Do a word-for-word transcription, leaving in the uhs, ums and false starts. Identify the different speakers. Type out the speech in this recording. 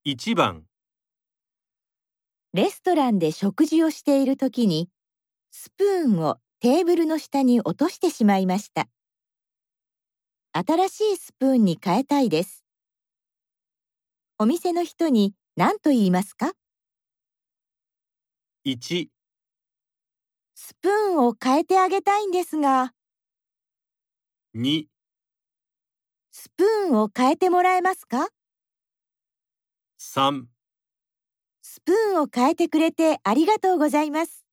Speaker 1: いちばん
Speaker 2: レストランで食事をしているときに、スプーンをテーブルの下に落としてしまいました。新しいスプーンに変えたいです。お店の人に何と言いますか？
Speaker 1: いち
Speaker 2: スプーンを変えてあげたいんですが、
Speaker 1: に
Speaker 2: スプーンを変えてもらえますか？
Speaker 1: さん
Speaker 2: スプーンを変えてくれてありがとうございます。